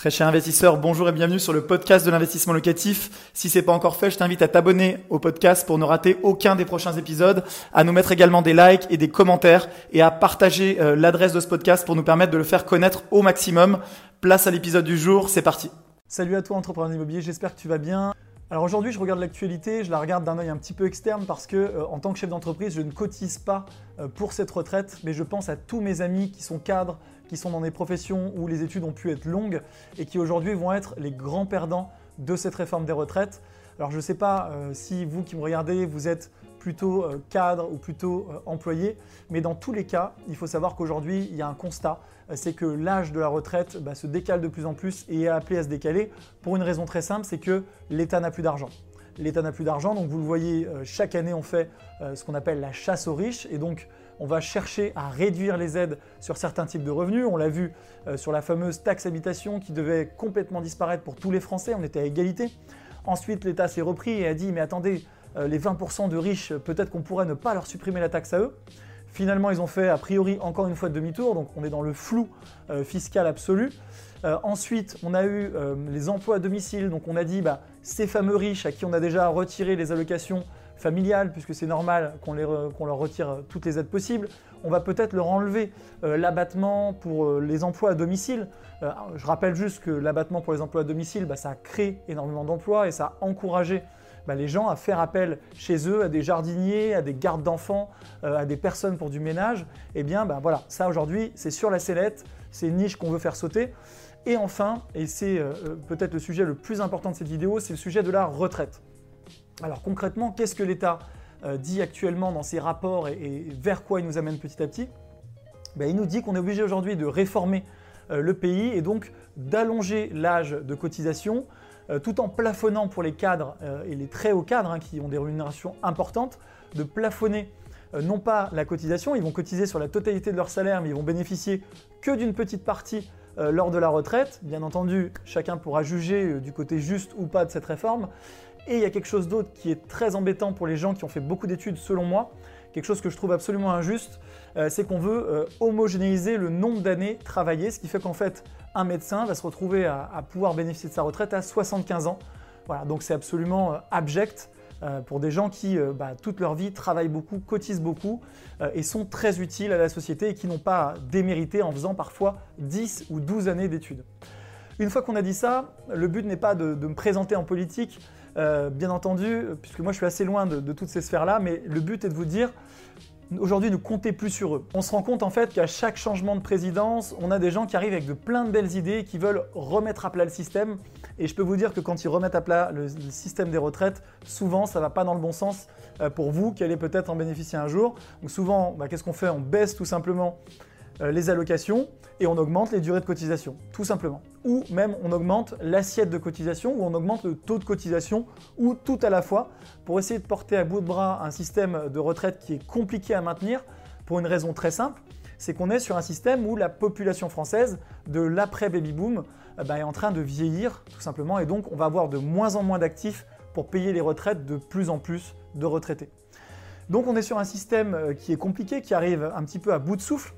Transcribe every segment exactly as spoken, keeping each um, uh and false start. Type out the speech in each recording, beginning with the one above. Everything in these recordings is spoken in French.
Très cher investisseur, bonjour et bienvenue sur le podcast de l'investissement locatif. Si ce n'est pas encore fait, je t'invite à t'abonner au podcast pour ne rater aucun des prochains épisodes, à nous mettre également des likes et des commentaires et à partager euh, l'adresse de ce podcast pour nous permettre de le faire connaître au maximum. Place à l'épisode du jour, c'est parti. Salut à toi entrepreneur immobilier, j'espère que tu vas bien. Alors aujourd'hui, je regarde l'actualité, je la regarde d'un œil un petit peu externe parce que euh, en tant que chef d'entreprise, je ne cotise pas euh, pour cette retraite, mais je pense à tous mes amis qui sont cadres, qui sont dans des professions où les études ont pu être longues et qui aujourd'hui vont être les grands perdants de cette réforme des retraites. Alors je ne sais pas euh, si vous qui me regardez, vous êtes plutôt euh, cadre ou plutôt euh, employé, mais dans tous les cas, il faut savoir qu'aujourd'hui, il y a un constat, euh, c'est que l'âge de la retraite bah, se décale de plus en plus et est appelé à se décaler pour une raison très simple, c'est que l'État n'a plus d'argent. L'État n'a plus d'argent, donc vous le voyez, euh, chaque année on fait euh, ce qu'on appelle la chasse aux riches et donc on va chercher à réduire les aides sur certains types de revenus. On l'a vu euh, sur la fameuse taxe habitation qui devait complètement disparaître pour tous les Français, on était à égalité. Ensuite, l'État s'est repris et a dit « mais attendez, euh, les vingt pour cent de riches, peut-être qu'on pourrait ne pas leur supprimer la taxe à eux ». Finalement, ils ont fait a priori encore une fois demi-tour, donc on est dans le flou euh, fiscal absolu. Euh, ensuite, on a eu euh, les emplois à domicile, donc on a dit bah, ces fameux riches à qui on a déjà retiré les allocations familiales, puisque c'est normal qu'on qu'on leur retire toutes les aides possibles, on va peut-être leur enlever euh, l'abattement pour euh, les emplois à domicile. Euh, je rappelle juste que l'abattement pour les emplois à domicile, bah, ça a créé énormément d'emplois et ça a encouragé bah, les gens à faire appel chez eux à des jardiniers, à des gardes d'enfants, euh, à des personnes pour du ménage. Et bien bah, voilà, ça aujourd'hui c'est sur la sellette, c'est une niche qu'on veut faire sauter. Et enfin, et c'est euh, peut-être le sujet le plus important de cette vidéo, c'est le sujet de la retraite. Alors concrètement, qu'est-ce que l'État euh, dit actuellement dans ses rapports et, et vers quoi il nous amène petit à petit? Ben, il nous dit qu'on est obligé aujourd'hui de réformer euh, le pays et donc d'allonger l'âge de cotisation euh, tout en plafonnant pour les cadres euh, et les très hauts cadres hein, qui ont des rémunérations importantes, de plafonner euh, non pas la cotisation, ils vont cotiser sur la totalité de leur salaire mais ils vont bénéficier que d'une petite partie euh, lors de la retraite. Bien entendu, chacun pourra juger euh, du côté juste ou pas de cette réforme. Et il y a quelque chose d'autre qui est très embêtant pour les gens qui ont fait beaucoup d'études selon moi, quelque chose que je trouve absolument injuste, euh, c'est qu'on veut euh, homogénéiser le nombre d'années travaillées, ce qui fait qu'en fait un médecin va se retrouver à, à pouvoir bénéficier de sa retraite à soixante-quinze ans. Voilà, donc c'est absolument euh, abject euh, pour des gens qui euh, bah, toute leur vie travaillent beaucoup, cotisent beaucoup euh, et sont très utiles à la société et qui n'ont pas démérité en faisant parfois dix ou douze années d'études. Une fois qu'on a dit ça, le but n'est pas de, de me présenter en politique, Euh, bien entendu, puisque moi je suis assez loin de, de toutes ces sphères-là, mais le but est de vous dire, aujourd'hui ne comptez plus sur eux. On se rend compte en fait qu'à chaque changement de présidence, on a des gens qui arrivent avec de plein de belles idées et qui veulent remettre à plat le système. Et je peux vous dire que quand ils remettent à plat le, le système des retraites, souvent ça ne va pas dans le bon sens euh, pour vous qui allez peut-être en bénéficier un jour. Donc souvent, bah, qu'est-ce qu'on fait? On baisse tout simplement euh, les allocations et on augmente les durées de cotisation, tout simplement. Ou même on augmente l'assiette de cotisation ou on augmente le taux de cotisation ou tout à la fois pour essayer de porter à bout de bras un système de retraite qui est compliqué à maintenir pour une raison très simple, c'est qu'on est sur un système où la population française de l'après-baby-boom eh ben, est en train de vieillir tout simplement et donc on va avoir de moins en moins d'actifs pour payer les retraites de plus en plus de retraités. Donc on est sur un système qui est compliqué, qui arrive un petit peu à bout de souffle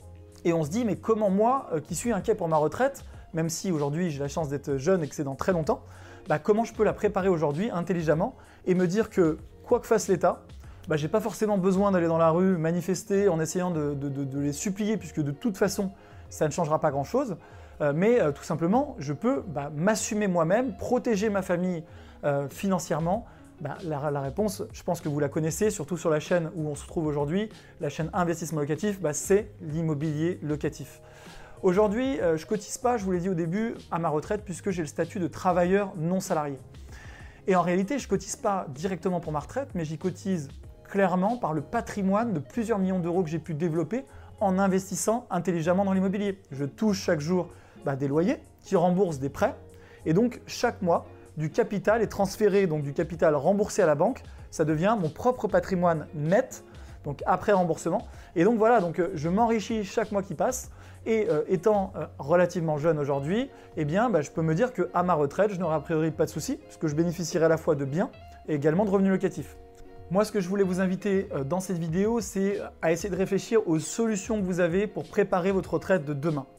et on se dit mais comment moi qui suis inquiet pour ma retraite, même si aujourd'hui j'ai la chance d'être jeune et que c'est dans très longtemps, bah comment je peux la préparer aujourd'hui intelligemment et me dire que quoi que fasse l'État, bah je n'ai pas forcément besoin d'aller dans la rue manifester en essayant de, de, de, de les supplier puisque de toute façon ça ne changera pas grand-chose, euh, mais euh, tout simplement je peux bah, m'assumer moi-même, protéger ma famille euh, financièrement. Bah, la, la réponse, je pense que vous la connaissez, surtout sur la chaîne où on se trouve aujourd'hui, la chaîne Investissement Locatif, bah, c'est l'immobilier locatif. Aujourd'hui, euh, je ne cotise pas, je vous l'ai dit au début, à ma retraite puisque j'ai le statut de travailleur non salarié. Et en réalité, je ne cotise pas directement pour ma retraite, mais j'y cotise clairement par le patrimoine de plusieurs millions d'euros que j'ai pu développer en investissant intelligemment dans l'immobilier. Je touche chaque jour bah, des loyers qui remboursent des prêts et donc chaque mois, du capital est transféré, donc du capital remboursé à la banque, ça devient mon propre patrimoine net, donc après remboursement. Et donc voilà, donc euh, je m'enrichis chaque mois qui passe et euh, étant euh, relativement jeune aujourd'hui, eh bien bah, je peux me dire qu'à ma retraite, je n'aurai a priori pas de soucis puisque je bénéficierai à la fois de biens et également de revenus locatifs. Moi, ce que je voulais vous inviter euh, dans cette vidéo, c'est à essayer de réfléchir aux solutions que vous avez pour préparer votre retraite de demain.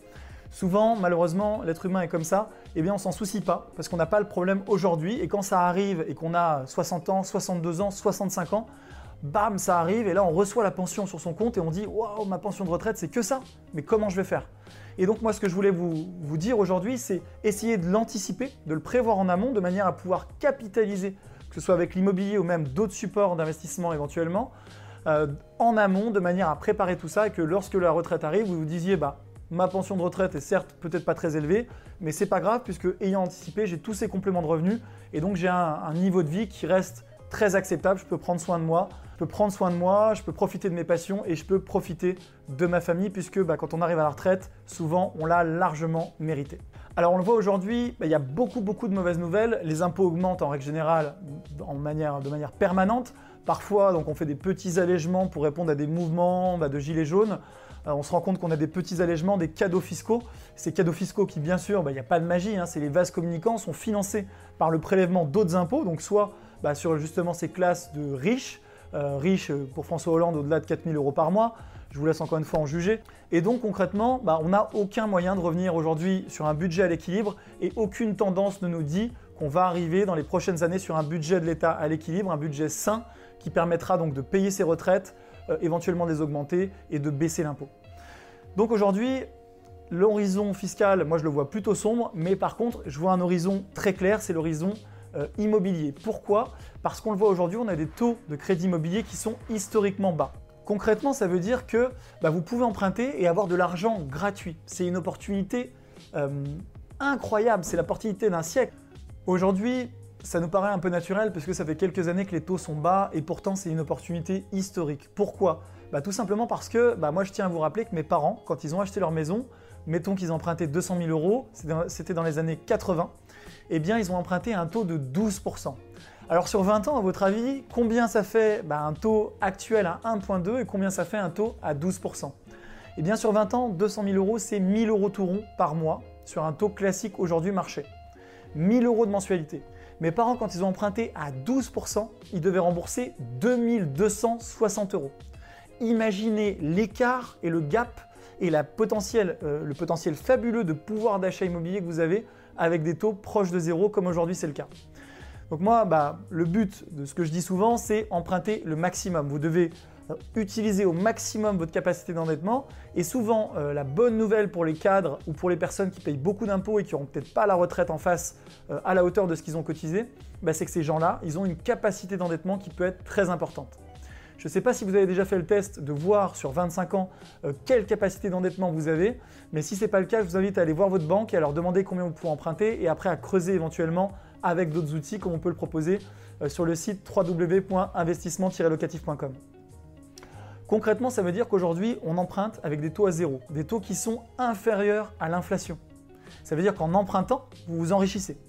Souvent, malheureusement, l'être humain est comme ça, eh bien on s'en soucie pas parce qu'on n'a pas le problème aujourd'hui et quand ça arrive et qu'on a soixante ans, soixante-deux ans, soixante-cinq ans, bam, ça arrive et là on reçoit la pension sur son compte et on dit « Waouh, ma pension de retraite, c'est que ça, mais comment je vais faire ?» Et donc moi, ce que je voulais vous, vous dire aujourd'hui, c'est essayer de l'anticiper, de le prévoir en amont de manière à pouvoir capitaliser, que ce soit avec l'immobilier ou même d'autres supports d'investissement éventuellement, euh, en amont de manière à préparer tout ça et que lorsque la retraite arrive, vous vous disiez bah, « ma pension de retraite est certes peut-être pas très élevée, mais c'est pas grave puisque ayant anticipé, j'ai tous ces compléments de revenus et donc j'ai un, un niveau de vie qui reste très acceptable, je peux prendre soin de moi, je peux prendre soin de moi, je peux profiter de mes passions et je peux profiter de ma famille puisque bah, quand on arrive à la retraite, souvent on l'a largement mérité. Alors on le voit aujourd'hui, bah, il y a beaucoup beaucoup de mauvaises nouvelles, les impôts augmentent en règle générale en manière, de manière permanente, parfois donc on fait des petits allègements pour répondre à des mouvements bah, de gilets jaunes, euh, on se rend compte qu'on a des petits allègements, des cadeaux fiscaux, ces cadeaux fiscaux qui bien sûr, bah, il n'y a pas de magie, hein, c'est les vases communicants, sont financés par le prélèvement d'autres impôts, donc soit bah, sur justement ces classes de riches, euh, riches pour François Hollande au-delà de quatre mille euros par mois, je vous laisse encore une fois en juger. Et donc concrètement, bah, on n'a aucun moyen de revenir aujourd'hui sur un budget à l'équilibre et aucune tendance ne nous dit qu'on va arriver dans les prochaines années sur un budget de l'État à l'équilibre, un budget sain qui permettra donc de payer ses retraites, euh, éventuellement de les augmenter et de baisser l'impôt. Donc aujourd'hui, l'horizon fiscal, moi je le vois plutôt sombre, mais par contre, je vois un horizon très clair, c'est l'horizon Euh, immobilier. Pourquoi? Parce qu'on le voit aujourd'hui, on a des taux de crédit immobilier qui sont historiquement bas. Concrètement, ça veut dire que bah, vous pouvez emprunter et avoir de l'argent gratuit. C'est une opportunité euh, incroyable, c'est l'opportunité d'un siècle. Aujourd'hui, ça nous paraît un peu naturel parce que ça fait quelques années que les taux sont bas et pourtant c'est une opportunité historique. Pourquoi? Bah, tout simplement parce que bah, moi je tiens à vous rappeler que mes parents, quand ils ont acheté leur maison, mettons qu'ils empruntaient deux cent mille euros, c'était dans les années quatre-vingts, eh bien ils ont emprunté à un taux de douze pour cent. Alors sur vingt ans, à votre avis, combien ça fait bah, un taux actuel à un virgule deux et combien ça fait un taux à douze pour cent? Eh bien sur vingt ans, deux cent mille euros, c'est mille euros tout rond par mois sur un taux classique aujourd'hui marché. mille euros de mensualité. Mes parents, quand ils ont emprunté à douze pour cent, ils devaient rembourser deux mille deux cent soixante euros. Imaginez l'écart et le gap et la potentielle, euh, le potentiel fabuleux de pouvoir d'achat immobilier que vous avez avec des taux proches de zéro comme aujourd'hui c'est le cas. Donc moi, bah, le but de ce que je dis souvent, c'est emprunter le maximum. Vous devez euh, utiliser au maximum votre capacité d'endettement et souvent euh, la bonne nouvelle pour les cadres ou pour les personnes qui payent beaucoup d'impôts et qui n'auront peut-être pas la retraite en face euh, à la hauteur de ce qu'ils ont cotisé, bah, c'est que ces gens-là, ils ont une capacité d'endettement qui peut être très importante. Je ne sais pas si vous avez déjà fait le test de voir sur vingt-cinq ans euh, quelle capacité d'endettement vous avez, mais si ce n'est pas le cas, je vous invite à aller voir votre banque et à leur demander combien vous pouvez emprunter et après à creuser éventuellement avec d'autres outils comme on peut le proposer euh, sur le site w w w point investissement tiret locatif point com. Concrètement, ça veut dire qu'aujourd'hui, on emprunte avec des taux à zéro, des taux qui sont inférieurs à l'inflation. Ça veut dire qu'en empruntant, vous vous enrichissez.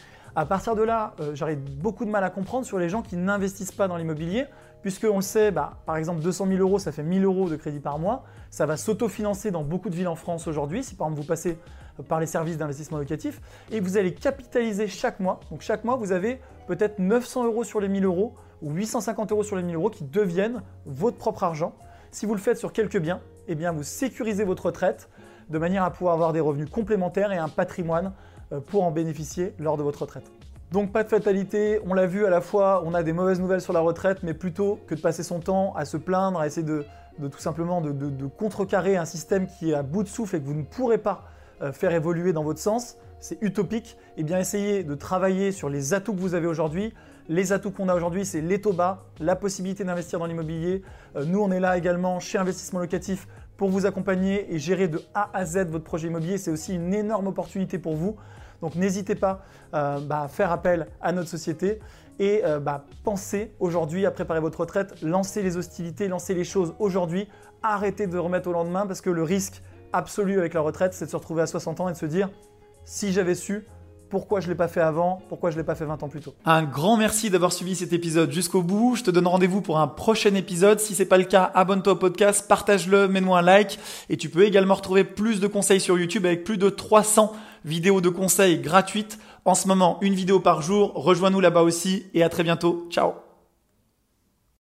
À partir de là, euh, j'aurais beaucoup de mal à comprendre sur les gens qui n'investissent pas dans l'immobilier, puisqu'on le sait, bah, par exemple deux cent mille euros, ça fait mille euros de crédit par mois. Ça va s'autofinancer dans beaucoup de villes en France aujourd'hui, si par exemple vous passez par les services d'investissement locatif, et vous allez capitaliser chaque mois. Donc chaque mois, vous avez peut-être neuf cents euros sur les mille euros ou huit cent cinquante euros sur les mille euros qui deviennent votre propre argent. Si vous le faites sur quelques biens, eh bien vous sécurisez votre retraite de manière à pouvoir avoir des revenus complémentaires et un patrimoine pour en bénéficier lors de votre retraite. Donc pas de fatalité, on l'a vu à la fois, on a des mauvaises nouvelles sur la retraite, mais plutôt que de passer son temps à se plaindre, à essayer de, de tout simplement de, de, de contrecarrer un système qui est à bout de souffle et que vous ne pourrez pas euh, faire évoluer dans votre sens, c'est utopique, et bien essayez de travailler sur les atouts que vous avez aujourd'hui. Les atouts qu'on a aujourd'hui, c'est les taux bas, la possibilité d'investir dans l'immobilier. Euh, nous, on est là également chez Investissement Locatif pour vous accompagner et gérer de A à Z votre projet immobilier. C'est aussi une énorme opportunité pour vous. Donc n'hésitez pas euh, bah, à faire appel à notre société et euh, bah, pensez aujourd'hui à préparer votre retraite, lancez les hostilités, lancez les choses aujourd'hui, arrêtez de remettre au lendemain parce que le risque absolu avec la retraite, c'est de se retrouver à soixante ans et de se dire « si j'avais su ». Pourquoi je ne l'ai pas fait avant? Pourquoi je ne l'ai pas fait vingt ans plus tôt? Un grand merci d'avoir suivi cet épisode jusqu'au bout. Je te donne rendez-vous pour un prochain épisode. Si ce n'est pas le cas, abonne-toi au podcast, partage-le, mets-moi un like. Et tu peux également retrouver plus de conseils sur YouTube avec plus de trois cents vidéos de conseils gratuites. En ce moment, une vidéo par jour. Rejoins-nous là-bas aussi et à très bientôt. Ciao!